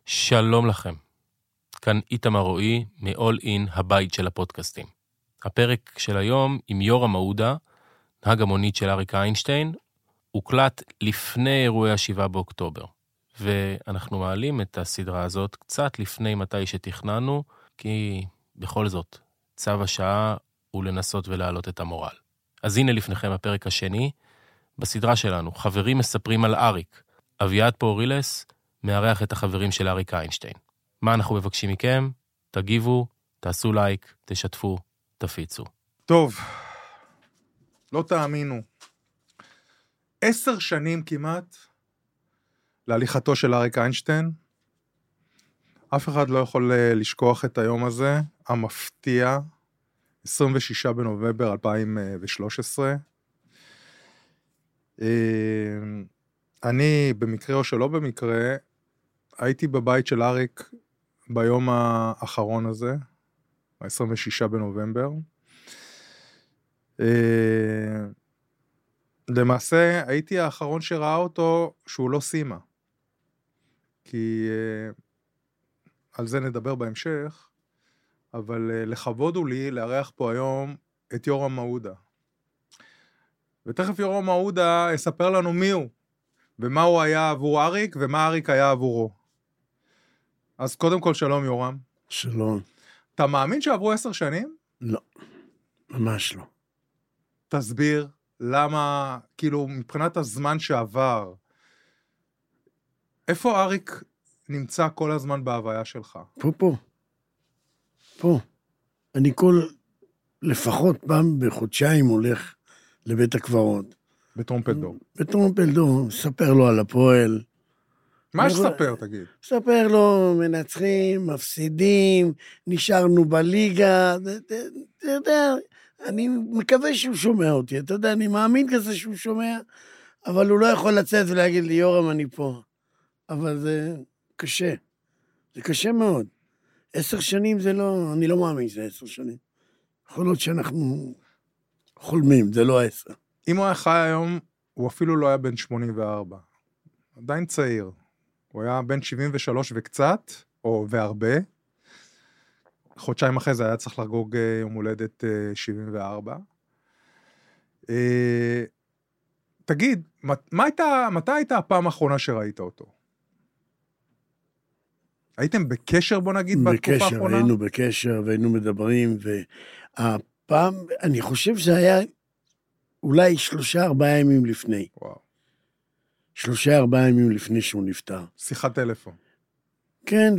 שלום לכם. כאן איתמר רועי מ-All In, הבית של הפודקאסטים. הפרק של היום עם יורם מעודה, נהג המונית של אריק איינשטיין, הוקלט לפני אירועי ה7 באוקטובר. ואנחנו מעלים את הסדרה הזאת קצת לפני מתי שתכננו, כי בכל זאת, צו השעה הוא לנסות ולהעלות את המורל. אז הנה לפניכם הפרק השני, בסדרה שלנו, חברים מספרים על אריק. אביעד פורילס מארח את החברים של אריק איינשטיין. מה אנחנו מבקשים מכם? תגיבו, תעשו לייק, תשתפו, תפיצו. טוב, לא תאמינו. 10 שנים כמעט להליכתו של אריק איינשטיין. אף אחד לא יכול לשכוח את היום הזה, המפתיע, 26 בנובמבר 2013. אני, במקרה או שלא במקרה, הייתי בבית של אריק ביום האחרון הזה, ה-26 בנובמבר. למעשה, הייתי האחרון שראה אותו שהוא לא שימה. כי על זה נדבר בהמשך, אבל לכבוד הוא לי לארח פה היום את יורם מעודה. ותכף יורם מעודה יספר לנו מי הוא, ומה הוא היה עבור אריק, ומה אריק היה עבורו. אז קודם כל שלום יורם. שלום. אתה מאמין שעברו 10 שנים? לא, ממש לא. תסביר למה, כאילו מבחינת הזמן שעבר, איפה אריק נמצא כל הזמן בהוויה שלך? פה. אני לפחות פעם בחודשיים הולך לבית הקברות. בטרומפלדור. בטרומפלדור, מספר לו על הפועל. מה יש לספר, תגיד? מספר לו, מנצחים, מפסידים, נשארנו בליגה, אתה יודע, אני מקווה שהוא שומע אותי, אתה יודע, אני מאמין כזה שהוא שומע, אבל הוא לא יכול לצאת ולהגיד לי, יורם, אני פה. אבל זה קשה, זה קשה מאוד. 10 שנים זה לא, אני לא מאמין שזה 10 שנים. יכול להיות שאנחנו חולמים, זה לא 10. אם הוא היה חי היום, הוא אפילו לא היה בן 84. עדיין צעיר. הוא היה בן 73 וקצת, או והרבה. חודשיים אחרי זה היה צריך לחגוג יום הולדת 74. תגיד, מתי הייתה הפעם האחרונה שראית אותו? הייתם בקשר, בוא נגיד, בתקופה האחרונה? בקשר, היינו בקשר, והיינו מדברים, והפעם, אני חושב שזה היה אולי 3-4 ימים לפני. וואו. 3-4 ימים לפני שהוא נפטר. שיחת טלפון. כן,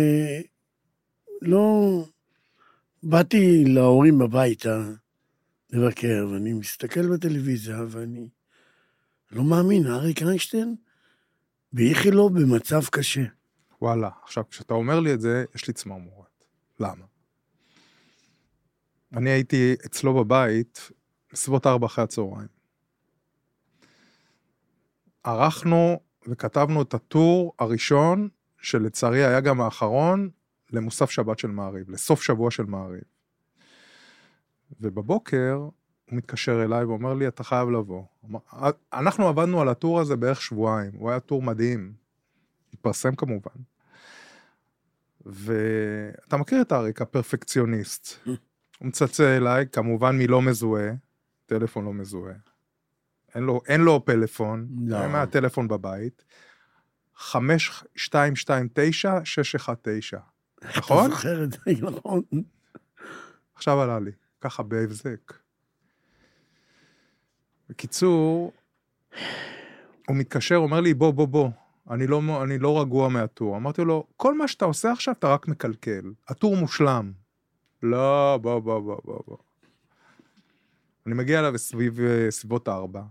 ולא... באתי להורים בביתה לבקר, ואני מסתכל בטלוויזיה, ואני לא מאמין, אריק איינשטיין באיכילוב במצב קשה. וואלה, עכשיו, כשאתה אומר לי את זה, יש לי צמרמורת. למה? אני הייתי אצלו בבית, בסביבות 4 אחרי הצהריים. ערכנו וכתבנו את הטור הראשון, שלצערי היה גם האחרון, למוסף שבת של מעריב, לסוף שבוע של מעריב. ובבוקר הוא מתקשר אליי ואומר לי, אתה חייב לבוא. אנחנו עבדנו על הטור הזה בערך שבועיים, הוא היה טור מדהים, התפרסם כמובן. ואתה מכיר את אריק, הפרפקציוניסט. הוא מצלצל אליי, כמובן מלא מזוהה, טלפון לא מזוהה. אין לו פלאפון, אין מהטלפון בבית. 5229-619. נכון? אתה זוכר את זה, נכון? עכשיו עלה לי, ככה בהבזק. בקיצור, הוא מתקשר, אומר לי, בוא. אני לא רגוע מהטור. אמרתי לו, כל מה שאתה עושה עכשיו, אתה רק מקלקל. הטור מושלם. לא, בוא. אני מגיע אליו סביבות 4.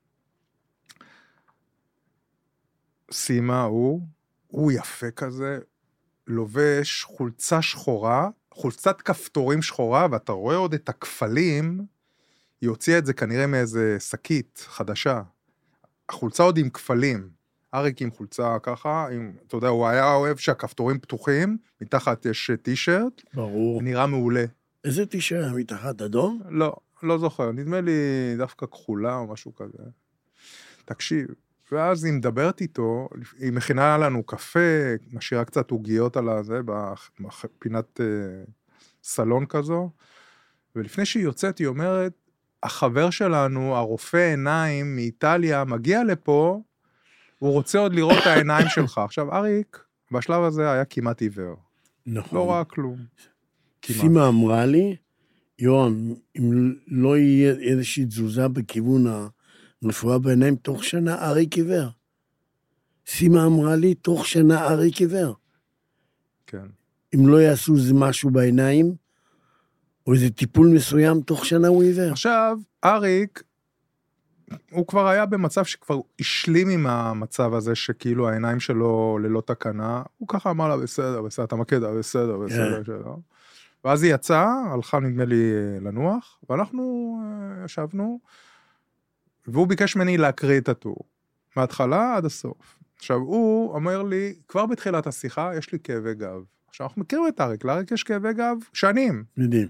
סיימה הוא יפה כזה, לובש חולצה שחורה, חולצת כפתורים שחורה, ואתה רואה עוד את הכפלים, היא הוציאה את זה כנראה מאיזה שקית חדשה. החולצה עוד עם כפלים. אריק עם חולצה ככה, אתה יודע, הוא היה אוהב שהכפתורים פתוחים, מתחת יש טישרט. ברור. נראה מעולה. איזה טישרט? מתחת אדום? לא זוכר, נדמה לי דווקא כחולה או משהו כזה. תקשיב, ואז היא מדברת איתו, היא מכינה לנו קפה, משאירה קצת עוגיות על הזה, בפינת סלון כזו, ולפני שהיא יוצאת, היא אומרת, החבר שלנו, הרופא עיניים מאיטליה, מגיע לפה, הוא רוצה עוד לראות את העיניים שלך. עכשיו, אריק, בשלב הזה היה כמעט עיוור. נכון. לא ראה כלום. סימה אמרה לי, יורם, אם לא יהיה איזושהי תזוזה בכיוון הרפואה בעיניים, תוך שנה אריק עיוור. סימה אמרה לי, תוך שנה אריק עיוור. כן. אם לא יעשו איזה משהו בעיניים, או איזה טיפול מסוים, תוך שנה הוא עיוור. עכשיו, אריק, הוא כבר היה במצב שכבר השלים עם המצב הזה, שכאילו העיניים שלו ללא תקנה, הוא ככה אמר לה, בסדר, אתה מכיר, בסדר. ואז היא יצאה, הלכה נדמה לי לנוח, ואנחנו ישבנו, והוא ביקש ממני להקריא את הטור, מההתחלה עד הסוף. עכשיו, הוא אומר לי, כבר בתחילת השיחה, יש לי כאבי גב. עכשיו, אנחנו מכירים את אריק, לאריק יש כאבי גב שנים. יודעים.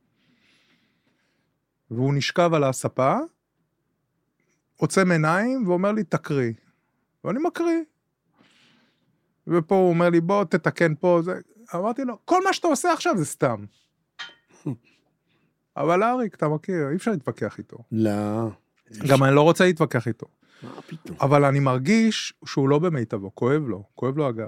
והוא נשכב על הספה, עוצם עיניים, ואומר לי, תקריא. ואני מקריא. ופה הוא אומר לי, בוא תתקן פה, זה... אמרתי לו, כל מה שאתה עושה עכשיו זה סתם. אבל אריק, אתה מכיר, אי אפשר להתווכח איתו. לא. גם אני לא רוצה להתווכח איתו. מה פתאום? אבל אני מרגיש שהוא לא במיטבו, כואב לו הגב.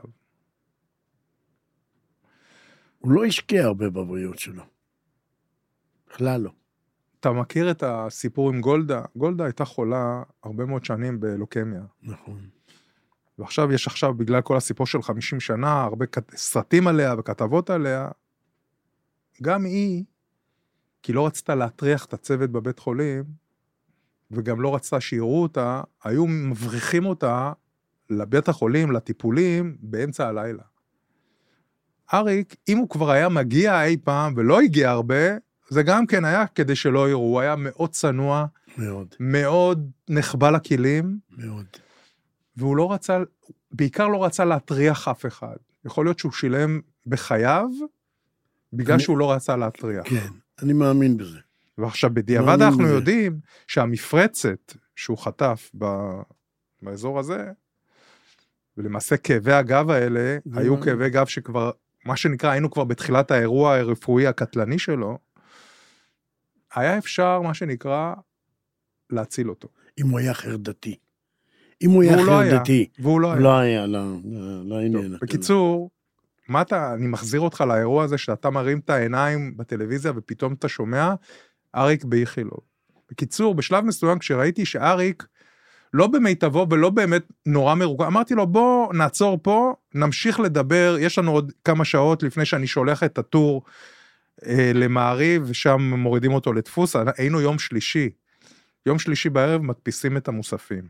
הוא לא השקיע הרבה בבריאות שלו. בכלל לא. אתה מכיר את הסיפור עם גולדה? גולדה הייתה חולה הרבה מאוד שנים בלוקמיה. נכון. ועכשיו יש בגלל כל הסיפור של 50 שנה, הרבה סרטים עליה וכתבות עליה, גם היא, כי לא רצתה להטריח את הצוות בבית חולים, וגם לא רצתה שיראו אותה, היו מבריחים אותה לבית החולים, לטיפולים, באמצע הלילה. אריק, אם הוא כבר היה מגיע אי פעם, ולא הגיע הרבה, זה גם כן היה כדי שלא יראו, הוא היה מאוד צנוע, מאוד נחבא לכלים, מאוד. והוא לא רצה, בעיקר לא רצה להטריח אף אחד. יכול להיות שהוא שילם בחייו, בגלל שהוא לא רצה להטריח. כן, אני מאמין בזה. ועכשיו בדיעבד אנחנו יודעים שהמפרצת שהוא חטף באזור הזה, ולמעשה כאבי הגב האלה, היו כאבי גב שכבר, מה שנקרא, היינו כבר בתחילת האירוע הרפואי הקטלני שלו, היה אפשר, מה שנקרא, להציל אותו. אם הוא היה חרדתי. אם הוא היה חרדתי. והוא לא היה. לא היה, לא עניין. בקיצור, אני מחזיר אותך לאירוע הזה, שאתה מרים את העיניים בטלוויזיה, ופתאום אתה שומע, אריק באיכילוב. בקיצור, בשלב מסוים, כשראיתי שאריק, לא במיטבו ולא באמת נורא מרוגע, אמרתי לו, בוא נעצור פה, נמשיך לדבר, יש לנו עוד כמה שעות לפני שאני שולח את הטור למעריב, ושם מורידים אותו לדפוס, היינו יום שלישי בערב מדפיסים את המוספים.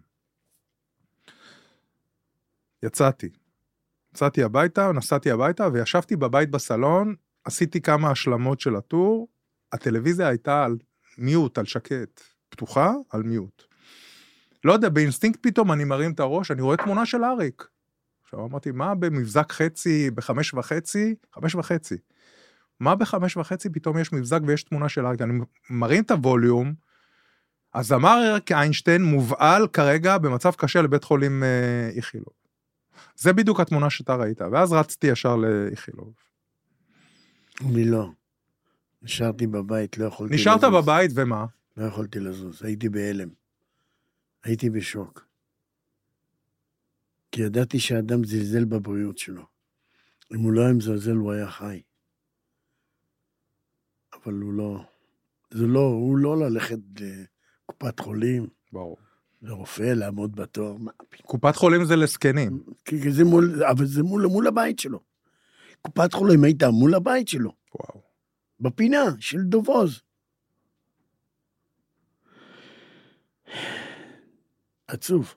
יצאתי הביתה, נסעתי הביתה, וישבתי בבית בסלון, עשיתי כמה השלמות של הטור, הטלוויזיה הייתה על מיוט, על שקט, פתוחה, על מיוט. לא יודע, באינסטינקט פתאום אני מרים את הראש, אני רואה תמונה של אריק. עכשיו אמרתי, מה במבזק חצי, ב5.5? 5.5. מה ב5.5 פתאום יש מבזק ויש תמונה של אריק? אני מרים את הווליום, אז אמר אריק איינשטיין מובעל כרגע במצב קשה לבית חולים איכילוב. זה בדיוק התמונה שאתה ראית, ואז רצתי ישר לאיכילוב. אני לא. נשארתי בבית, לא יכולתי לזוז. נשארת בבית ומה? לא יכולתי לזוז, הייתי בהלם. הייתי בשוק. כי ידעתי שהאדם זלזל בבריאות שלו. אם הוא לא היה מזלזל, הוא היה חי. אבל הוא לא ללכת לקופת חולים. ברור. לרופא, לעמוד בתור. קופת חולים זה לסקנים. אבל זה מול הבית שלו. קופת חולים הייתה מול הבית שלו. וואו. בפינה של דובוז. עצוב.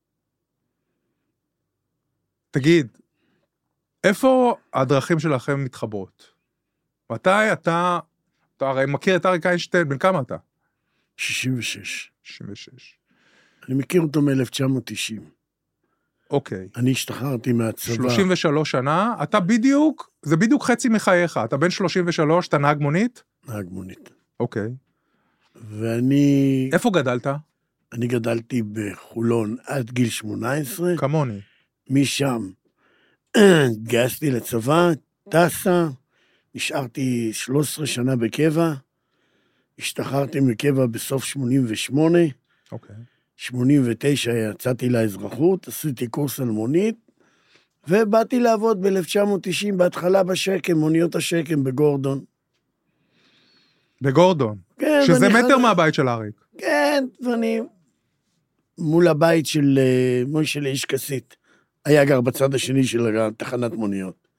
תגיד, איפה הדרכים שלכם מתחברות? מתי אתה הרי מכיר את אריק איינשטיין, בן כמה אתה? 66. 66. אני מכיר אותו מ-1990. אוקיי. אני השתחררתי מהצבא. 33 שנה, אתה בדיוק, זה בדיוק חצי מחייך, אתה בן 33, אתה נהג מונית? נהג מונית. אוקיי. ואני... איפה גדלת? אני גדלתי בחולון עד גיל 18. כמוני. משם התגייסתי לצבא, טסה, נשארתי 13 שנה בקבע, השתחררתי מקבע בסוף 88, אוקיי. 89 יצאתי לאזרחות, עשיתי קורס על מונית, ובאתי לעבוד ב-1990, בהתחלה בשקם, מוניות השקם בגורדון. בגורדון. כן, שזה מטר מהבית של אריק. כן, ואני מול הבית של מוישה לאיש כסית. היה גר בצד השני של תחנת מוניות.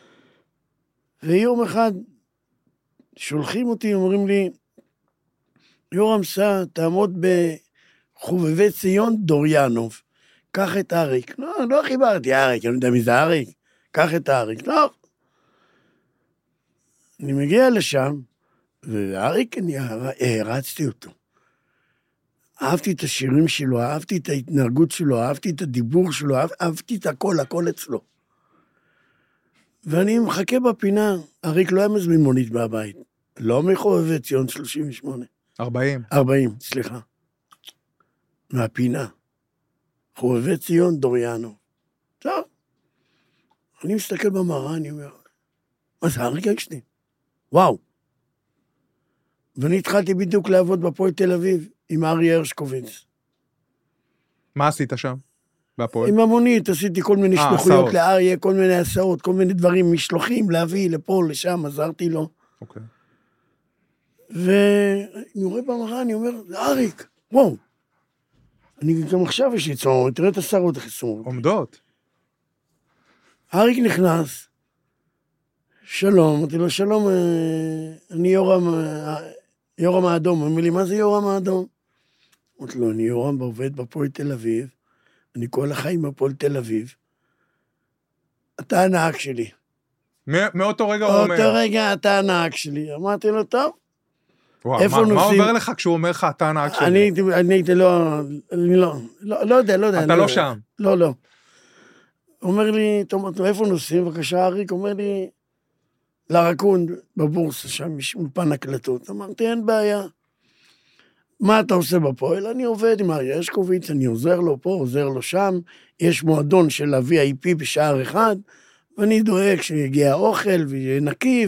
ויום אחד שולחים אותי, אומרים לי, יורם סע, תעמוד בחובבי ציון דוריאנוב. קח את אריק. לא חיברתי אריק, אני יודע מי זה אריק. קח את אריק. לא. אני מגיע לשם, ואריק, אני הרצתי אותו. אהבתי את השירים שלו, אהבתי את ההתנהגות שלו, אהבתי את הדיבור שלו, אהבתי את הכל אצלו. ואני מחכה בפינה, אריק לא היה מזמין מונית מהבית. לא מחובבי ציון 38. 40, סליחה. מהפינה. חובבי ציון דוריאנו. טוב. אני מסתכל במראה, אני אומר, מה זה אריק איינשטיין? וואו. ואני התחלתי בדיוק לעבוד בפועל תל אביב, עם אריה הרשקוביץ. מה עשית שם? בהפועל? עם המונית, עשיתי כל מיני שלוחיות לאריה, כל מיני הסעות, כל מיני דברים, משלוחים, להביא לפה, לשם, עזרתי לו. אוקיי. ואני רואה במראה, אני אומר, זה אריק, וואו. אני גם עכשיו יש לי צמרמורת, תראה את השערות החיסון. עומדות. אריק נכנס, שלום, אמרתי לו, שלום, אני יורם האדום. אמר לי, מה זה יורם האדום? אמרתי לו, אני יורם עובד בפועל תל אביב, אני כל החיים בפועל תל אביב. אתה הנהג שלי. מאותו רגע הוא אומר. מאותו רגע אתה הנהג שלי. אמרתי לו, טוב. וואו, מה עובר לך כשהוא אומר לך, אתה הנהג שלי? אני הייתי לא יודע. אתה לא שם. לא. הוא אומר לי, טוב, איפה נוסעים? בבקשה, אריק, אומר לי, לרקון בבורסה, שם יש אולפן הקלטות. אמרתי, אין בעיה. מה אתה עושה בפועל? אני עובד עם אריה הרשקוביץ, אני עוזר לו פה, עוזר לו שם, יש מועדון של ה-VIP בשער אחד, ואני דואג שיגיע האוכל ויהיה נקי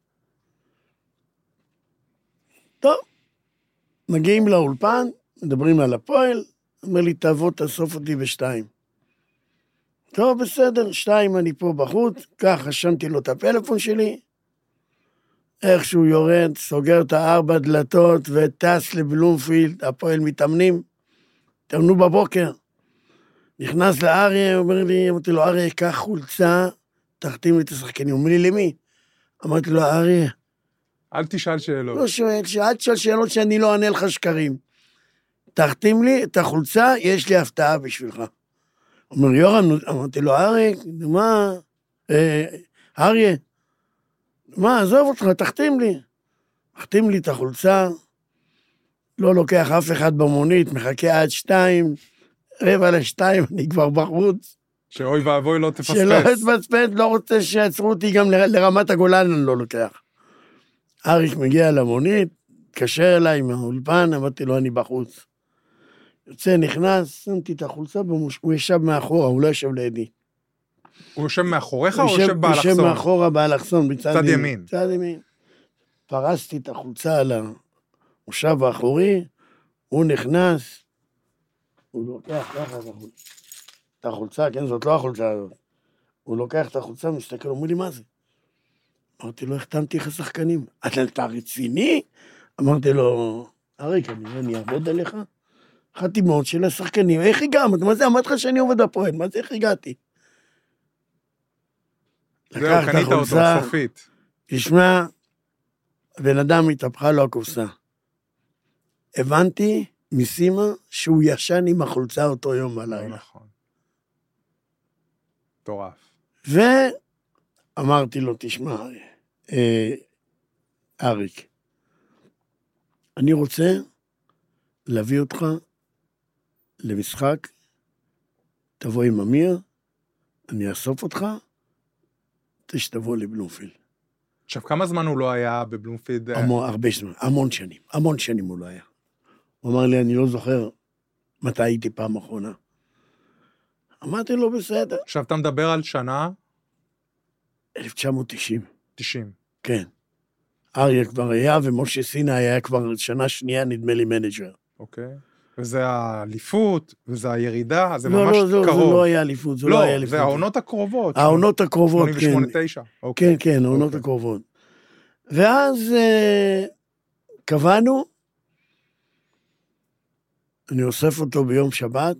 טוב, מגיעים לאולפן, מדברים על הפועל, אומר לי, תבוא, תאסוף אותי ב2. טוב, בסדר, 2 אני פה בחוץ, כך רשמתי לו את הפלאפון שלי, איכשהו יורד, סוגר את 4 דלתות וטס לבלומפילד, הפועל מתאמנים, תאמנו בבוקר. נכנס לאריה, אומר לי, אמרתי לו, אריה, קח חולצה, תחתים לי את השחקנים. אומר לי, למי? אמרתי לו, אריה. אל תשאל שאלות. לא שואל, אל תשאל שאלות שאני לא אענה לך שקרים. תחתים לי את החולצה, יש לי הפתעה בשבילך. אומר, יורם, אמרתי לו, אריה, מה? אריה. מה, עזוב אותך, תחתים לי. תחתים לי את החולצה, לא לוקח אף אחד במונית, מחכה עד 2, 1:45, אני כבר בחוץ. שאוי ואבוי לא תפספס. שלא תפספס, לא רוצה שיעצרו אותי גם לרמת הגולן, אני לא לוקח. אריק מגיע למונית, התקשר אליי מהאולפן, אמרתי לו, אני בחוץ. יוצא, נכנס, שמתי את החולצה, הוא ישב מאחורה, הוא לא ישב לידי. הוא יושב מאחוריך או יושב באלכסון? יושב מאחורה באלכסון, בצד ימין. צד ימין. פרסתי את החולצה על המושב האחורי, הוא נכנס, הוא לוקח ככה את החולצה, כן, זאת לא החולצה הזאת. הוא לוקח את החולצה, מסתכל, אומר לי, מה זה? אמרתי לו, החתמתי לך שחקנים. אתה רציני? אמרתי לו, אריק, אני אעבוד עליך? חתימות של השחקנים, איך הגעתי? מה זה, אמרתי לך שאני עובד בפועל, מה זה, איך הגעתי? זהו, קנית אותו, סופית. תשמע, הבן אדם התהפכה לו הקופסה. הבנתי מסימה שהוא ישן עם החולצה אותו יום בלילה. נכון. טורף. ואמרתי לו, תשמע, אריק, אני רוצה להביא אותך למשחק, תבוא עם אמיר, אני אאסוף אותך, שתבוא לבלומפילד. עכשיו, כמה זמן הוא לא היה בבלומפילד? הרבה זמן, המון שנים הוא לא היה. הוא אמר לי, אני לא זוכר מתי הייתי פעם אחרונה? אמרתי לו, בסדר. עכשיו אתה מדבר על שנה? 1990. 90. כן. אריה כבר היה, ומשה סיני היה כבר שנה שנייה, נדמה לי מנג'ר. אוקיי. וזה האליפות, וזה הירידה, זה לא, ממש לא, קרוב. זה לא היה אליפות, זה לא היה אליפות. זה העונות הקרובות. העונות הקרובות, כן. 88-9. כן, כן, העונות הקרובות. ואז קבענו, אני אוסף אותו ביום שבת,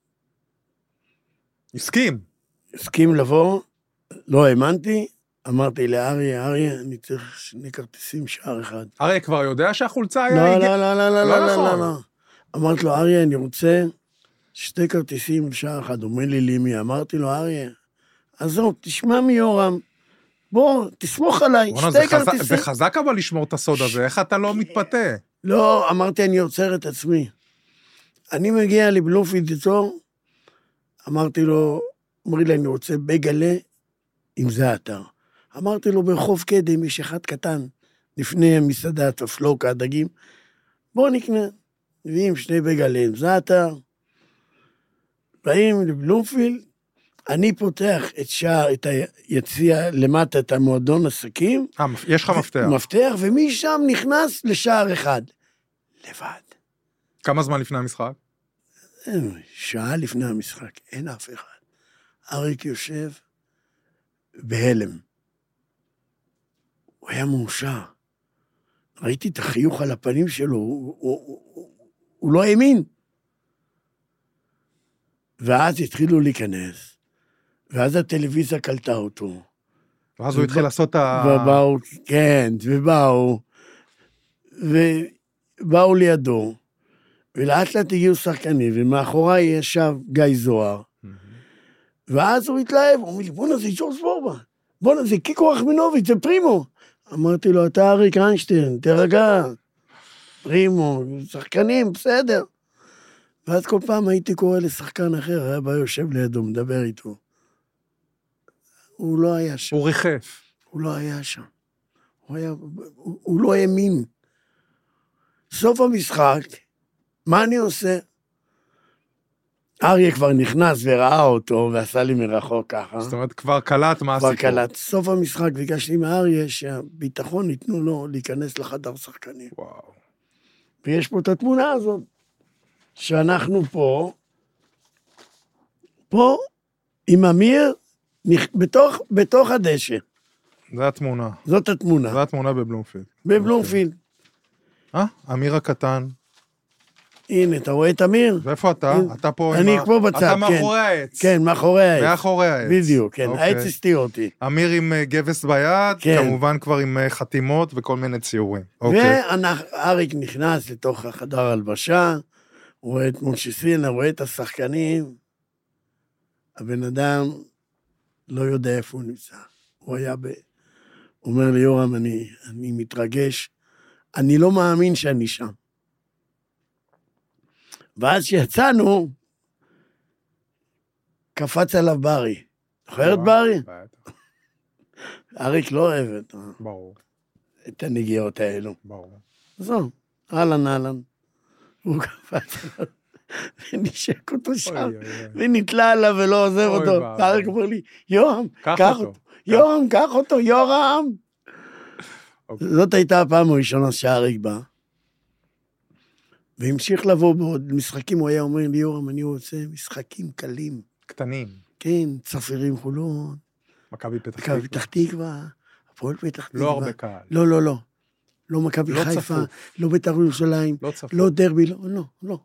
הסכים לבוא, לא האמנתי, אמרתי לאריה, אני צריך 2 כרטיסים שער אחד. אריה כבר יודע שהחולצה היה... לא. אמרתי לו, אריה, אני רוצה 2 כרטיסים שער אחד. אומר לי, למי? אמרתי לו, אריה, עזוב, תשמע מיורם, בוא, תסמוך עליי, 2 כרטיסים. זה חזק אבל לשמור את הסוד הזה, איך אתה לא מתפתה? לא, אמרתי, אני עוצר את עצמי. אני מגיע לבלומפילד איתו, אמרתי לו, אמרי לי, אני רוצה בגלה עם זעתר. אמרתי לו, ברחוב קדם יש אחד קטן, לפני מסעדת הפלוקה, הדגים, בוא נקנה. מביאים 2 בגלה עם זעתר, באים לבלומפילד, אני פותח את היציאה למטה, את המועדון עסקים. יש לך מפתח. מפתח, ומשם נכנס לשער אחד. לבד. כמה זמן לפני המשחק? שעה לפני המשחק, אין אף אחד. אריק יושב בהלם. הוא היה מאושר. ראיתי את החיוך על הפנים שלו, הוא לא האמין. ואז התחילו להיכנס, ואז הטלוויזיה קלטה אותו. ואז הוא התחיל לעשות ובאו, כן, ובאו לידו, ולאט לאט הגיעו שחקנים, ומאחוריי ישב גיא זוהר, ואז הוא התלהב, הוא אומר לי, בוא נזה ג'ורס בורבה, בוא נזה קיקו רחמינוביץ', זה פרימו. אמרתי לו, אתה אריק איינשטיין, תרגע, פרימו, שחקנים, בסדר. ואז כל פעם הייתי קורא לשחקן אחר, היה בא יושב לידו, מדבר איתו. הוא לא היה שם. הוא ריחף. הוא לא היה שם. הוא לא האמין. סוף המשחק, מה אני עושה? אריה כבר נכנס וראה אותו, ועשה לי מרחוק ככה. זאת אומרת, כבר קלט מה הסיפור. כבר קלט. סוף המשחק, ביקשתי מאריה שהביטחון ייתנו לו להיכנס לחדר שחקנים. וואו. ויש פה את התמונה הזאת, שאנחנו פה, עם אמיר, בתוך הדשא. זה התמונה. זאת התמונה. זה התמונה בבלומפילד. בבלומפילד. אמיר הקטן. הנה, אתה רואה את אמיר? ואיפה אתה? אתה פה אני פה בצד, כן. אתה מאחורי העץ. כן, מאחורי העץ. מאחורי העץ. בדיוק, כן. העץ הסתיר אותי. אמיר עם גבס ביד, כן. כמובן כבר עם חתימות וכל מיני ציורים. ואריק נכנס לתוך החדר הלבשה, רואה את משה סיני, רואה את השחקנים, הבן אדם לא יודע איפה הוא נמצא. הוא אומר לי, יורם, אני מתרגש, אני לא מאמין שאני שם. ואז שיצאנו, קפץ עליו ברי. זוכר את ברי? אריק לא אוהב את הנגיעות האלו. ברור. זו, אהלן. הוא קפץ עליו, ונשק אותו שם, ונתלה עליו ולא עוזב אותו. ואריק אומר לי, יורם, קח אותו. יורם, קח אותו, יורם. זאת הייתה הפעם הראשונה שאריק בא. והמשיך לבוא בעוד משחקים, הוא היה אומר לי, יורם, אני רוצה משחקים קלים. קטנים. כן, צפירים חולון. מכבי פתח תקווה. מכבי פתח תקווה, הפועל פתח תקווה. לא הרבה קהל. לא. לא מכבי חיפה, לא בית"ר ירושלים, לא דרבי, לא.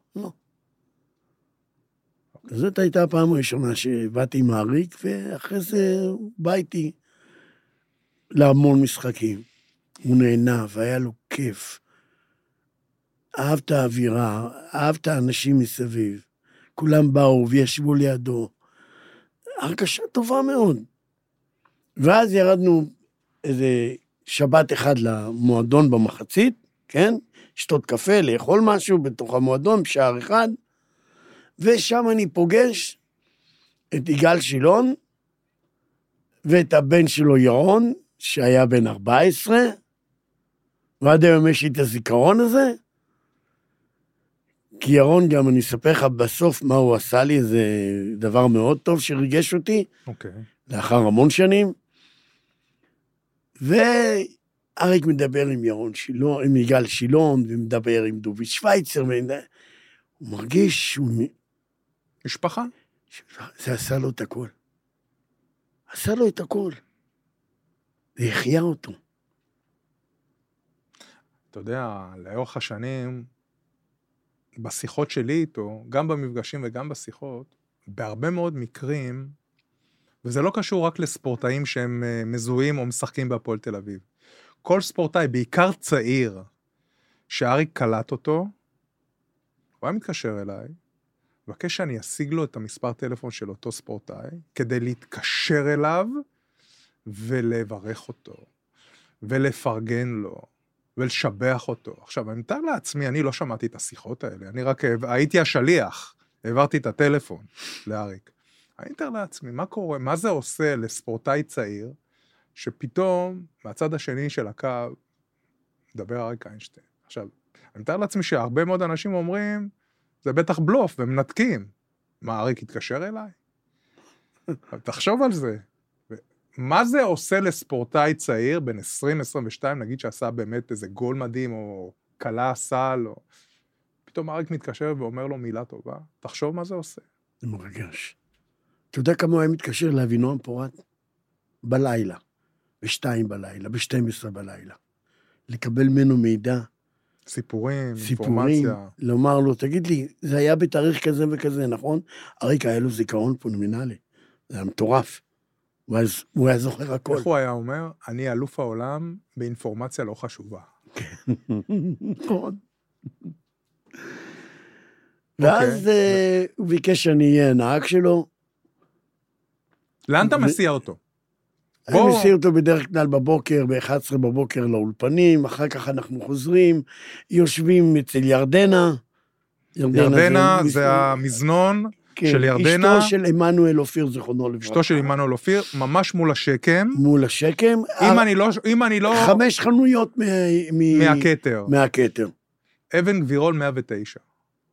זאת הייתה הפעם הראשונה שבאתי עם אריק, ואחרי זה הוא בא איתי להמון משחקים. הוא נהנה, והיה לו כיף. אהב את האווירה, אהב את האנשים מסביב. כולם באו וישבו לידו. הרגשה טובה מאוד. ואז ירדנו איזה שבת אחד למועדון במחצית, כן? שתות קפה, לאכול משהו בתוך המועדון, בשער אחד, ושם אני פוגש את יגאל שילון, ואת הבן שלו ירון, שהיה בן 14, ועד היום יש לי את הזיכרון הזה, כי ירון גם, אני אספר לך בסוף מה הוא עשה לי, זה דבר מאוד טוב שריגש אותי, אוקיי. לאחר המון שנים, ואריק מדבר עם ירון שילון, עם יגאל שילון, ומדבר עם דובי שוויצר, הוא מרגיש שהוא... משפחה? זה עשה לו את הכל. עשה לו את הכל. זה החיה אותו. אתה יודע, לאורך השנים, בשיחות שלי איתו, גם במפגשים וגם בשיחות, בהרבה מאוד מקרים, וזה לא קשור רק לספורטאים שהם מזוהים או משחקים בהפועל תל אביב. כל ספורטאי, בעיקר צעיר, שאריק קלט אותו, הוא היה מתקשר אליי, מבקש שאני אשיג לו את המספר טלפון של אותו ספורטאי, כדי להתקשר אליו ולברך אותו, ולפרגן לו, ולשבח אותו. עכשיו, אני מתאר לעצמי, אני לא שמעתי את השיחות האלה, אני רק הייתי השליח, העברתי את הטלפון לאריק. אני מתאר לעצמי, מה קורה, מה זה עושה לספורטאי צעיר, שפתאום, מהצד השני של הקו, מדבר אריק איינשטיין. עכשיו, אני מתאר לעצמי שהרבה מאוד אנשים אומרים, זה בטח בלוף, ומנתקים. מה, אריק התקשר אליי? תחשוב על זה. מה זה עושה לספורטאי צעיר, בין 20-22, נגיד שעשה באמת איזה גול מדהים, או קלה סל, או... פתאום אריק מתקשר ואומר לו מילה טובה. תחשוב מה זה עושה. זה מרגש. אתה יודע כמה הוא היה מתקשר לאבינועם פורת? בלילה, ב-2 בלילה, ב-12 בלילה. לקבל ממנו מידע. סיפורים, אינפורמציה. לומר לו, תגיד לי, זה היה בתאריך כזה וכזה, נכון? אריק היה לו זיכרון פונומינלי. זה היה מטורף. הוא היה זוכר הכל. איך הוא היה אומר? אני אלוף העולם באינפורמציה לא חשובה. נכון. ואז הוא ביקש שאני אהיה הנהג שלו. לאן אתה מסיע אותו? אני מסיע אותו בדרך כלל בבוקר, ב-11 בבוקר לאולפנים, אחר כך אנחנו חוזרים, יושבים אצל ירדנה. ירדנה זה המזנון של ירדנה. אשתו של עמנואל אופיר, זכרונו לברכה. אשתו של עמנואל אופיר, ממש מול השקם. מול השקם. אם אני לא... 5 חנויות מהכתר. מהכתר. אבן גבירול 109.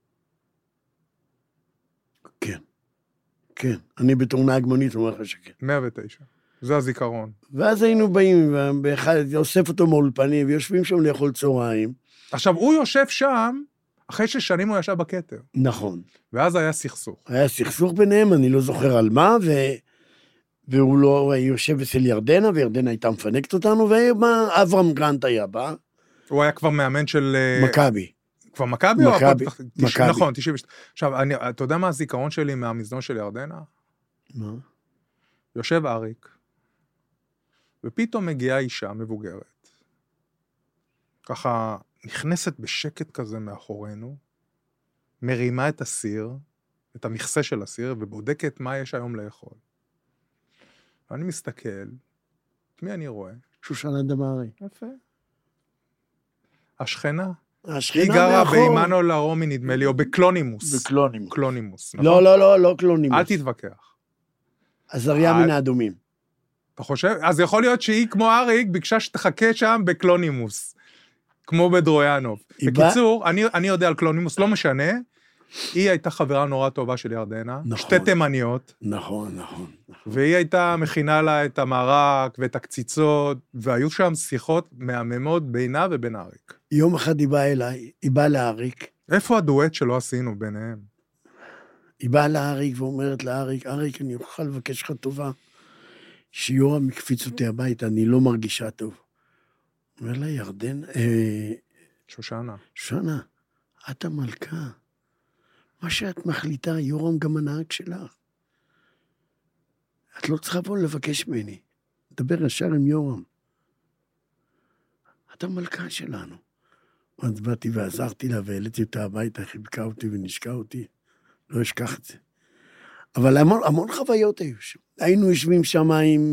כן. כן. אני בתור נהג מונית אומר לך שכן. 109. זה הזיכרון. ואז היינו באים, אוסף אותו מאולפנים, ויושבים שם לאכול צהריים. עכשיו, הוא יושב שם, אחרי ששנים הוא ישב בכתר. נכון. ואז היה סכסוך. היה סכסוך ביניהם, אני לא זוכר על מה, והוא לא יושב אצל ירדנה, וירדנה הייתה מפנקת אותנו, ואברהם גרנט היה בא. הוא היה כבר מאמן של... מכבי. כבר מכבי? מכבי. נכון, 92. עכשיו, אתה יודע מה הזיכרון שלי מהמזנון של ירדנה? מה? יושב אריק, ופתאום מגיעה אישה מבוגרת, ככה נכנסת בשקט כזה מאחורינו, מרימה את הסיר, את המכסה של הסיר, ובודקת מה יש היום לאכול. ואני מסתכל, את מי אני רואה? שושנה דמארי. יפה. השכנה. השכנה היא גרה מאחור. באימנואל הרומי, נדמה לי, או בקלונימוס. בקלונימוס. קלונימוס, נכון? לא קלונימוס. אל תתווכח. עזריה מן האדומים. אתה חושב? אז יכול להיות שהיא כמו אריק, ביקשה שתחכה שם בקלונימוס, כמו בדרויאנוב. בקיצור, אני יודע על קלונימוס, לא משנה, היא הייתה חברה נורא טובה של ירדנה, שתי תימניות. נכון. והיא הייתה מכינה לה את המרק ואת הקציצות, והיו שם שיחות מהממות בינה ובין אריק. יום אחד היא באה אליי, היא באה לאריק. איפה הדואט שלא עשינו ביניהם? היא באה לאריק ואומרת לאריק, אריק, אני אוכל לבקש לך טובה, שיורם מקפיץ אותי הביתה, אני לא מרגישה טוב. אומר לה, ירדן, שושנה, את המלכה. מה שאת מחליטה, יורם גם הנהג שלך. את לא צריכה פה לבקש ממני. דבר ישר עם יורם. את המלכה שלנו. אז באתי ועזרתי לה, והעליתי אותה הביתה, חיבקה אותי ונשקה אותי. לא אשכח את זה. אבל המון חוויות היו שם. היינו יושבים שם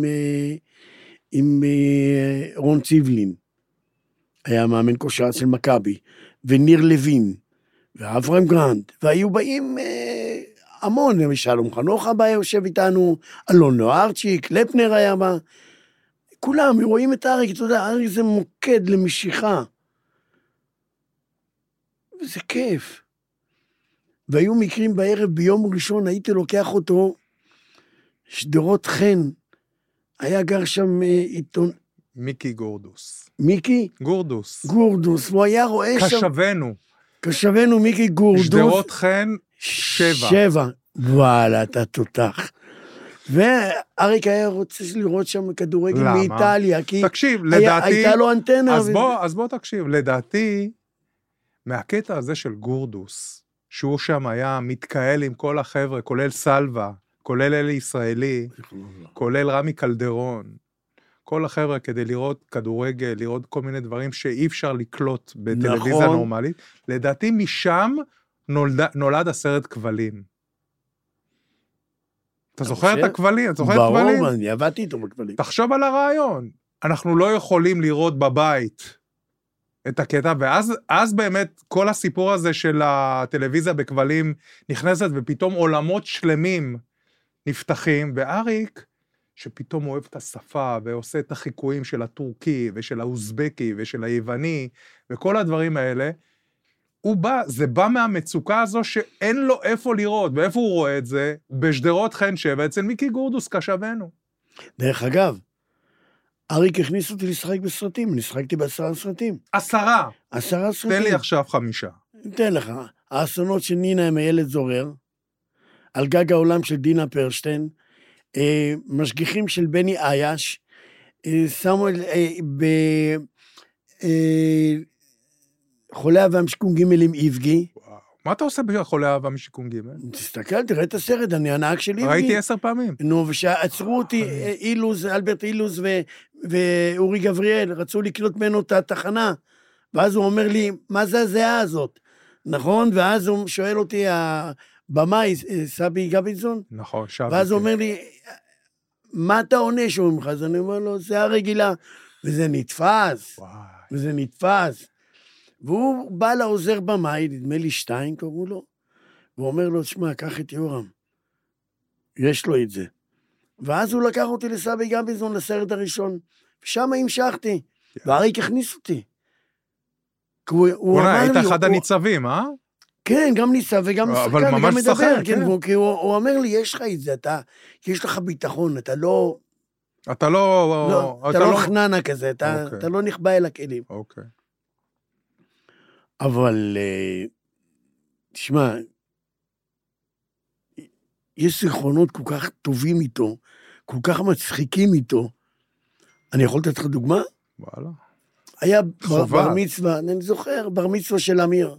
עם רון ציבלין, היה מאמן כושר של מכבי, וניר לוין, ואברהם גרנט, והיו באים המון, שלום חנוך בא יושב איתנו, אלון נוערצ'יק, לפנר היה בא, כולם רואים את אריק, אתה יודע, אריק זה מוקד למשיכה, וזה כיף. והיו מקרים בערב, ביום ראשון, הייתי לוקח אותו, שדרות חן, היה גר שם עיתון... מיקי גורדוס. מיקי? גורדוס. גורדוס, הוא היה רואה שם... קשבנו. קשבנו מיקי גורדוס. שדרות חן 7. 7. וואלה, אתה תותח. ואריק היה רוצה לראות שם כדורגל מאיטליה, כי תקשיב, לדעתי... הייתה לו אנטנה. אז בוא תקשיב, לדעתי, מהקטע הזה של גורדוס, שהוא שם היה מתקהל עם כל החבר'ה, כולל סלווה, כולל אלי ישראלי, כולל רמי קלדרון, כל החבר'ה כדי לראות כדורגל, לראות כל מיני דברים שאי אפשר לקלוט בטלוויזיה נורמלית, לדעתי משם נולד הסרט כבלים. אתה זוכר את הכבלים? אתה זוכר את הכבלים? ברור, אני עבדתי איתו בכבלים. תחשוב על הרעיון. אנחנו לא יכולים לראות בבית את הקטע, ואז באמת כל הסיפור הזה של הטלוויזיה בכבלים נכנסת, ופתאום עולמות שלמים נפתחים, ואריק, שפתאום אוהב את השפה, ועושה את החיקויים של הטורקי, ושל האוזבקי, ושל היווני, וכל הדברים האלה, זה בא מהמצוקה הזו שאין לו איפה לראות, ואיפה הוא רואה את זה? בשדרות חן 7, אצל מיקי גורדוס קשבנו. דרך אגב, אריק הכניס אותי לשחק בסרטים, אני שחקתי ב10 סרטים. 10? 10 סרטים. תן לי עכשיו 5. תן לך, האסונות של נינה עם הילד זורר, על גג העולם של דינה פרשטיין, משגיחים של בני אייש, סמואל חולה אהבה משיקום ג' עם איבגי. מה אתה עושה בחולה אהבה משיקום ג'? תסתכל, תראה את הסרט, אני הנהג של איבגי. ראיתי 10 פעמים. נו, ושעצרו אותי אלברט אילוז ואורי גבריאל, רצו לקלוט ממנו את התחנה, ואז הוא אומר לי, מה זה הזהה הזאת? נכון? ואז הוא שואל אותי, הבמאי, סבי גביזון? נכון, שבי. ואז הוא אומר לי, מה אתה עונה שהוא ממך? אז אני אומר לו, זה הרגילה. וזה נתפס. וזה נתפס. והוא בא לעוזר במאי, נדמה לי 2, קראו לו, והוא אומר לו, שמע, קח את יורם. יש לו את זה. ואז הוא לקח אותי לסבי גביזון לסרט הראשון, ושם המשכתי, ואריק הכניס אותי. הוא אמר לי... היית אחד הניצבים, אה? כן, גם ניצב וגם משחקן, וגם מדבר, כן, כי הוא אומר לי, יש לך את זה, יש לך ביטחון, אתה לא... אתה לא חננה כזה, אתה לא נכבה אל הכלים. אוקיי. אבל, תשמע, יש זיכרונות כל כך טובים איתו, כל כך מצחיקים איתו. אני יכול לתת לך דוגמה? וואלה. היה בר מצווה, אני זוכר, בר מצווה של אמיר.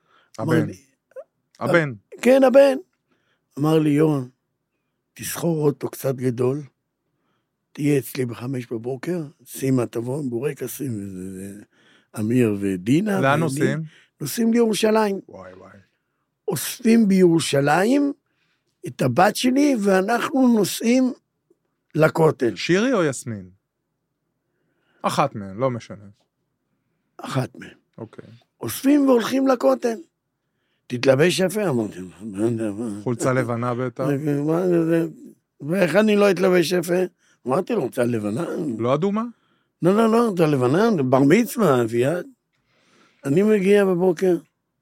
הבן. כן, הבן. אמר לי, יורם, תסחור אוטו קצת גדול, תהיה אצלי ב5 בבוקר, שימה תבוא, בורקסים, אמיר ודינה. לאן נוסעים? נוסעים לירושלים. וואי וואי. אוספים בירושלים את הבת שלי, ואנחנו נוסעים לכותל. שירי או יסמין? אחת מהן, לא משנה. אחת מהן. אוקיי. אוספים והולכים לכותל. תתלבש יפה, אמרתי. חולצה לבנה בטח. ואיך אני לא אתלבש יפה? אמרתי לו, חולצה לבנה. לא אדומה? לא, חולצה לבנה, בר מצווה, אביעד. אני מגיע בבוקר.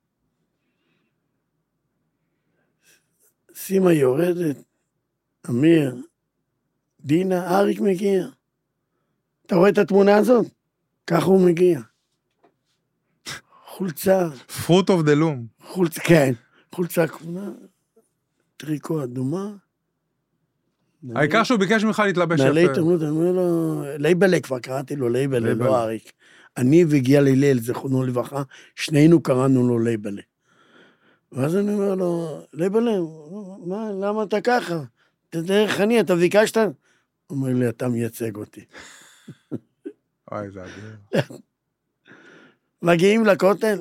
שימה יורדת, אמיר, דינה, אריק מגיע. אתה רואה את התמונה הזאת? ככה הוא מגיע. חולצה. Fruit of the loom. חולצה, כן. חולצה כמונה, טריקו אדומה. העיקר שהוא ביקש ממך להתלבש יפה. נעלי תמות, אני אומר לו, לייבלה כבר קראתי לו, לייבלה, לא אריק. אני וגיע לילל, זכרונו לברכה, שנינו קראנו לו לייבלה. ואז אני אומר לו, לייבלה, מה, למה אתה ככה? תדרך אני, אתה ביקשת? הוא אומר לי, אתה מייצג אותי. וואי, זה אדיר. מגיעים לכותל,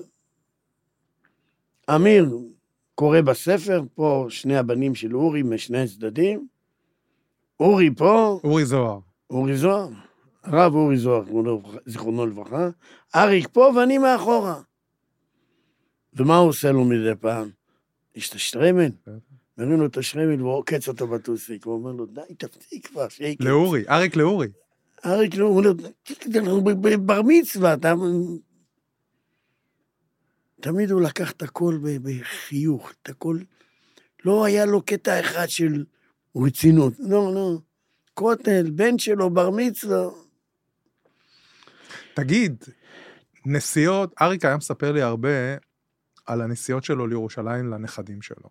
אמיר קורא בספר, פה שני הבנים של אורי משני הצדדים, אורי פה, אורי זוהר, הרב אורי זוהר, זיכרונו לברכה, אריק פה ואני מאחורה. ומה הוא עושה לו מדי פעם? יש את השטרמן, מרים לו את השטרמן והוא עוקץ אותו בטוסיק, הוא אומר לו, די, תפסיק כבר, שיקץ. לאורי, אריק לאורי. אריק לאורי, הוא אומר לו, בר מצווה, אתה... תמיד הוא לקח את הכל בחיוך, את הכל, לא היה לו קטע אחד של רצינות, לא, קוטל, בן שלו, בר מצווה. תגיד, נסיעות, אריק היה מספר לי הרבה על הנסיעות שלו לירושלים לנכדים שלו.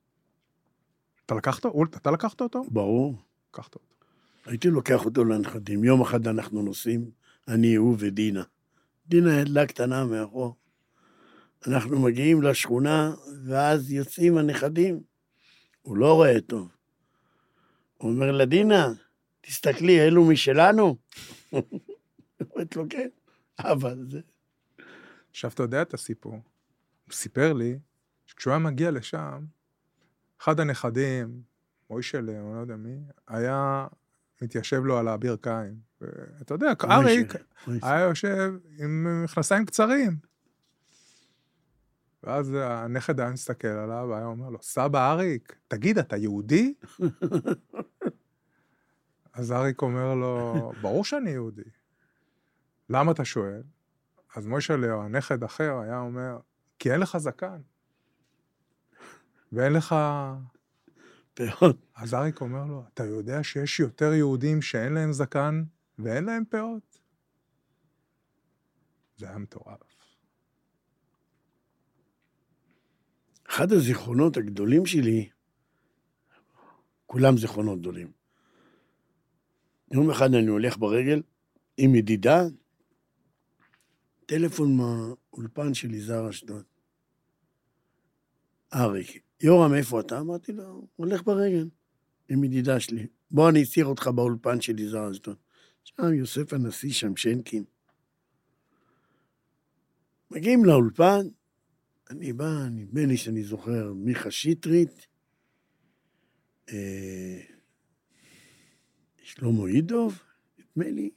אתה לקחת אותו? ברור. לקחת אותו. הייתי לוקח אותו לנכדים. יום אחד אנחנו נוסעים, אני, הוא ודינה. דינה ילדה קטנה מאחור. אנחנו מגיעים לשכונה, ואז יוצאים הנכדים. הוא לא רואה טוב. הוא אומר לדינה, תסתכלי, אלו משלנו? אומרת לו, כן, אבל זה... עכשיו, אתה יודע את הסיפור. הוא סיפר לי, שכשהוא היה מגיע לשם, אחד הנכדים, מוישלה, או לא יודע מי, היה מתיישב לו על הברכיים. ואתה יודע, אריק היה יושב עם מכנסיים קצרים. ואז הנכד היה מסתכל עליו, והיה אומר לו, סבא אריק, תגיד, אתה יהודי? אז אריק אומר לו, ברור שאני יהודי. למה אתה שואל? אז מוישלה, או הנכד אחר, היה אומר, כי אין לך זקן. ואין לך... פאות. אז אריק אומר לו, אתה יודע שיש יותר יהודים שאין להם זקן ואין להם פאות? זה היה מטורף. אחד הזיכרונות הגדולים שלי, כולם זיכרונות גדולים. יום אחד אני הולך ברגל עם ידידה, טלפון מהאולפן של יזהר אשדוד. אריק, יורם, איפה אתה? אמרתי לו, הולך ברגל עם ידידה שלי. בוא אני אסיר אותך באולפן של יזהר אשדוד. שם יוסף הנשיא, שם שנקין. מגיעים לאולפן, אני בא, נדמה לי שאני זוכר, מיכה שטרית, שלמה אידוב, נדמה לי,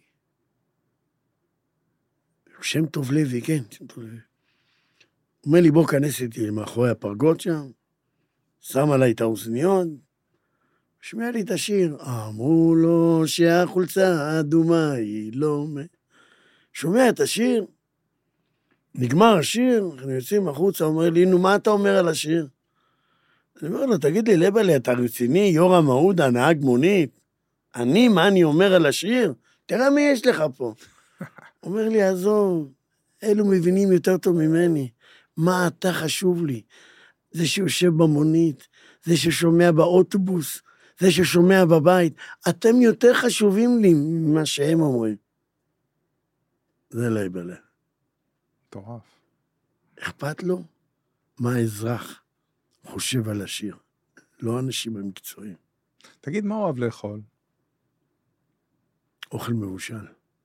שם טוב לוי, כן, שם טוב לוי. הוא אומר לי, בוא כנס איתי מאחורי הפרגות שם, שם עליי את האוזניות, שומע לי את השיר, אמרו לו שהחולצה האדומה היא לא... שומע את השיר, נגמר השיר, אנחנו יוצאים החוצה, הוא אומר לי, נו, מה אתה אומר על השיר? אני אומר לו, תגיד לי, לבלי, אתה רציני, יורם מעודה, נהג מונית? מה אני אומר על השיר? תראה מי יש לך פה. הוא אומר לי, עזוב, אלו מבינים יותר טוב ממני. מה אתה חשוב לי? זה שיושב במונית, זה ששומע באוטובוס, זה ששומע בבית. אתם יותר חשובים לי ממה שהם אומרים. זה לבלי. מטורף. אכפת לו מה האזרח חושב על השיר, לא אנשים המקצועיים. תגיד, מה הוא אוהב לאכול? אוכל מבושל.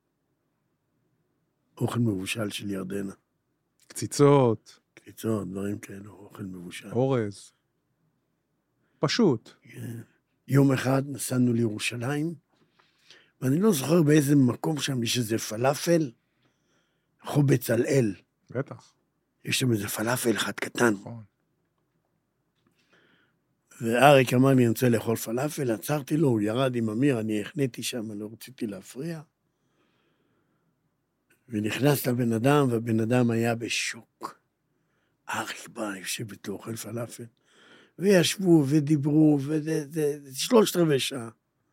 אוכל מבושל של ירדנה. קציצות. קציצות, דברים כאלו, אוכל מבושל. אורז. פשוט. כן. יום אחד נסענו לירושלים, ואני לא זוכר באיזה מקום שם יש איזה פלאפל, רחוב בצלאל. בטח. יש שם איזה פלאפל אחד קטן. נכון. ואריק אמר לי, אני רוצה לאכול פלאפל, עצרתי לו, הוא ירד עם אמיר, אני הכניתי שם, לא רציתי להפריע. ונכנס לבן אדם, והבן אדם היה בשוק. אריק בא, יושב איתו, אוכל פלאפל. וישבו ודיברו, 3/4 שעה.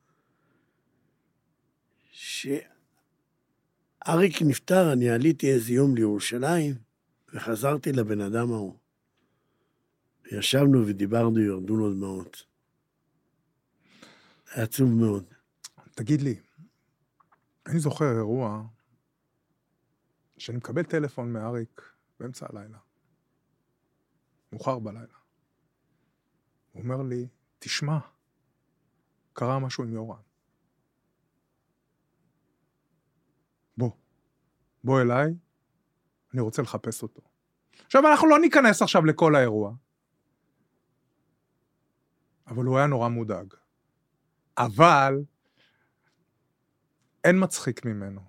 אריק נפטר, אני עליתי איזה יום לירושלים, וחזרתי לבן אדם ההוא. ישבנו ודיברנו, ירדו לו דמעות. היה עצוב מאוד. תגיד לי, אני זוכר אירוע, שאני מקבל טלפון מאריק באמצע הלילה. מאוחר בלילה. הוא אומר לי, תשמע, קרה משהו עם יורם. בוא אליי, אני רוצה לחפש אותו. עכשיו, אנחנו לא ניכנס עכשיו לכל האירוע, אבל הוא היה נורא מודאג. אבל אין מצחיק ממנו.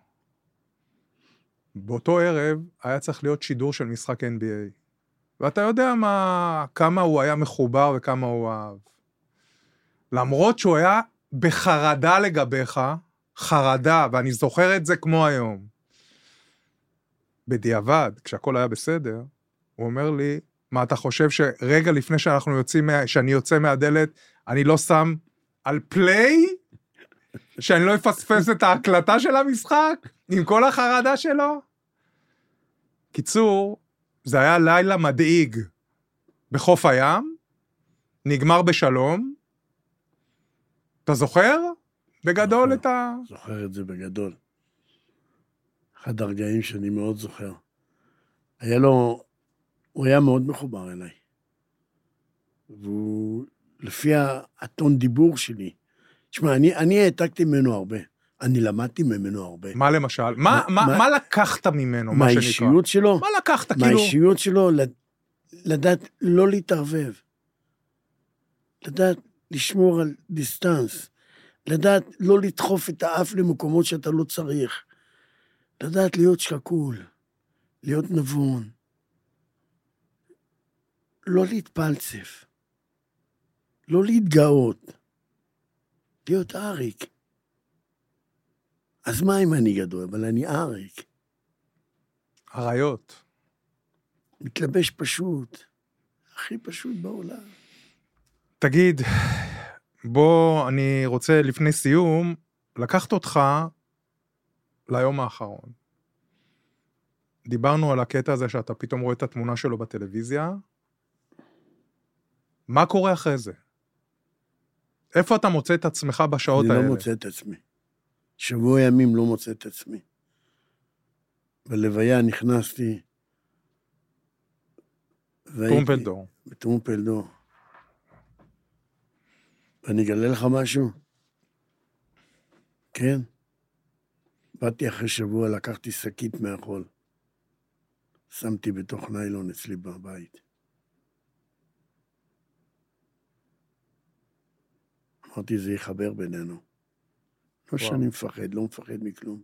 באותו ערב היה צריך להיות שידור של משחק NBA. ואתה יודע כמה הוא היה מחובר וכמה הוא אהב. למרות שהוא היה בחרדה לגביך, חרדה, ואני זוכר את זה כמו היום. בדיעבד, כשהכל היה בסדר, הוא הוא אומר לי, מה אתה חושב שרגע לפני שאני יוצא מהדלת, אני לא שם על פליי, שאני לא אפספס את ההקלטה של המשחק, עם כל החרדה שלו? קיצור, זה היה לילה מדאיג בחוף הים, נגמר בשלום. אתה זוכר? בגדול את ה... זוכר את זה בגדול. אחד הרגעים שאני מאוד זוכר. הוא היה מאוד מחובר אליי. והוא, לפי הטון דיבור שלי, תשמע, אני העתקתי ממנו הרבה. אני למדתי ממנו הרבה. מה למשל? מה לקחת ממנו, מה שנקרא? מהאישיות שלו? מה לקחת, כאילו? מהאישיות שלו, לדעת לא להתערבב. לדעת לשמור על דיסטנס. לדעת לא לדחוף את האף למקומות שאתה לא צריך. לדעת להיות שקול. להיות נבון. לא להתפלצף. לא להתגאות. להיות אריק. אז מה אם אני גדול? אבל אני אריק. עריות. מתלבש פשוט. הכי פשוט בעולם. תגיד, בוא, אני רוצה לפני סיום, לקחת אותך ליום האחרון. דיברנו על הקטע הזה שאתה פתאום רואה את התמונה שלו בטלוויזיה. מה קורה אחרי זה? איפה אתה מוצא את עצמך בשעות האלה? אני לא מוצא את עצמי. שבוע ימים לא מוצא את עצמי. בלוויה נכנסתי... טרומפלדור. בטרומפלדור. ואני אגלה לך משהו? כן. באתי אחרי שבוע, לקחתי שקית מהחול. שמתי בתוך ניילון אצלי בבית. אמרתי, זה יחבר בינינו. לא שאני מפחד, לא מפחד מכלום.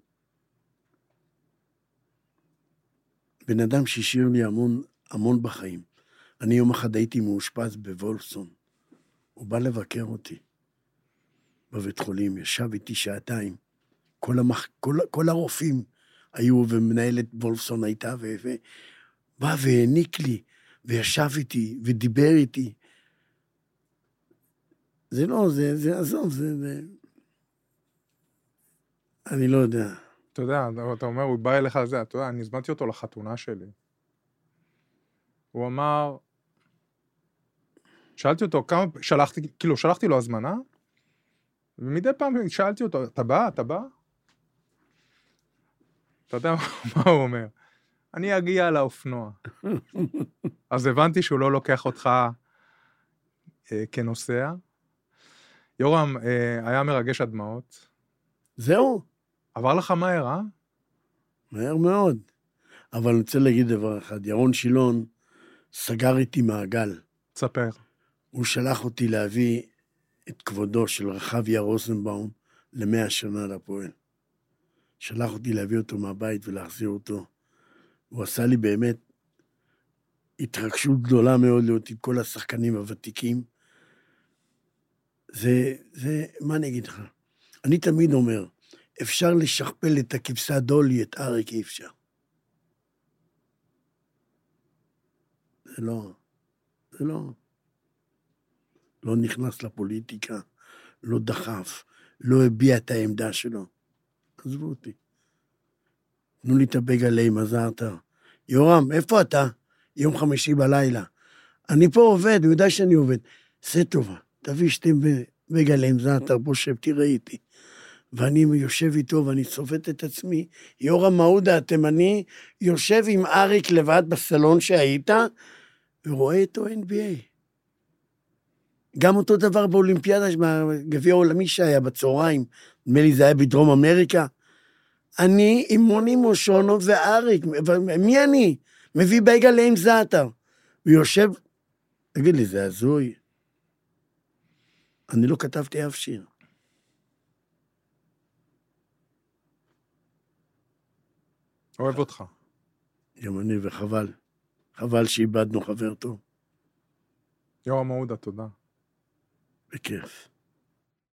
בן אדם שהשאיר לי המון בחיים. אני יום אחד הייתי מאושפז בוולפסון. הוא בא לבקר אותי בבית חולים, ישב איתי שעתיים. כל הרופאים היו, ומנהלת וולפסון הייתה, ובא והעניק לי, וישב איתי, ודיבר איתי. זה לא, זה עזוב, זה... אני לא יודע. אתה יודע, אתה אומר, הוא בא אליך לזה, אתה יודע, אני הזמנתי אותו לחתונה שלי. הוא אמר, שאלתי אותו כמה, שלחתי לו הזמנה, ומדי פעם שאלתי אותו, אתה בא? אתה יודע מה הוא אומר? אני אגיע לאופנוע. אז הבנתי שהוא לא לוקח אותך כנוסע. יורם, היה מרגש הדמעות. זהו. עבר לך מהר, אה? מהר מאוד. אבל אני רוצה להגיד דבר אחד, ירון שילון סגר איתי מעגל. תספר. הוא שלח אותי להביא את כבודו של רחביה רוזנבאום ל100 שנה לפועל. שלח אותי להביא אותו מהבית ולהחזיר אותו. הוא עשה לי באמת התרגשות גדולה מאוד להיות עם כל השחקנים הוותיקים. מה אני אגיד לך? אני תמיד אומר, אפשר לשכפל את הכבשה דולי, את אריק אי אפשר. זה לא. לא נכנס לפוליטיקה, לא דחף, לא הביע את העמדה שלו. עזבו אותי. תנו לי את הבגלה עם הזעתר. יורם, איפה אתה? יום חמישי בלילה. אני פה עובד, הוא יודע שאני עובד. זה טובה, תביא שתי בגלה עם זעתר, בוא שב, תראה איתי. ואני יושב איתו ואני צובט את עצמי. יורם מעודה התימני יושב עם אריק לבד בסלון שהיית, ורואה איתו NBA. גם אותו דבר באולימפיאדה, בגביע העולמי שהיה בצהריים, נדמה לי זה היה בדרום אמריקה. אני עם מוני מושונו ואריק, מי אני? מביא בגלה עם זעתר. הוא יושב, תגיד לי, זה הזוי. אני לא כתבתי אף שיר. אוהב אותך. גם אני, וחבל. חבל שאיבדנו חבר טוב. יורם מעודה, תודה. בכיף.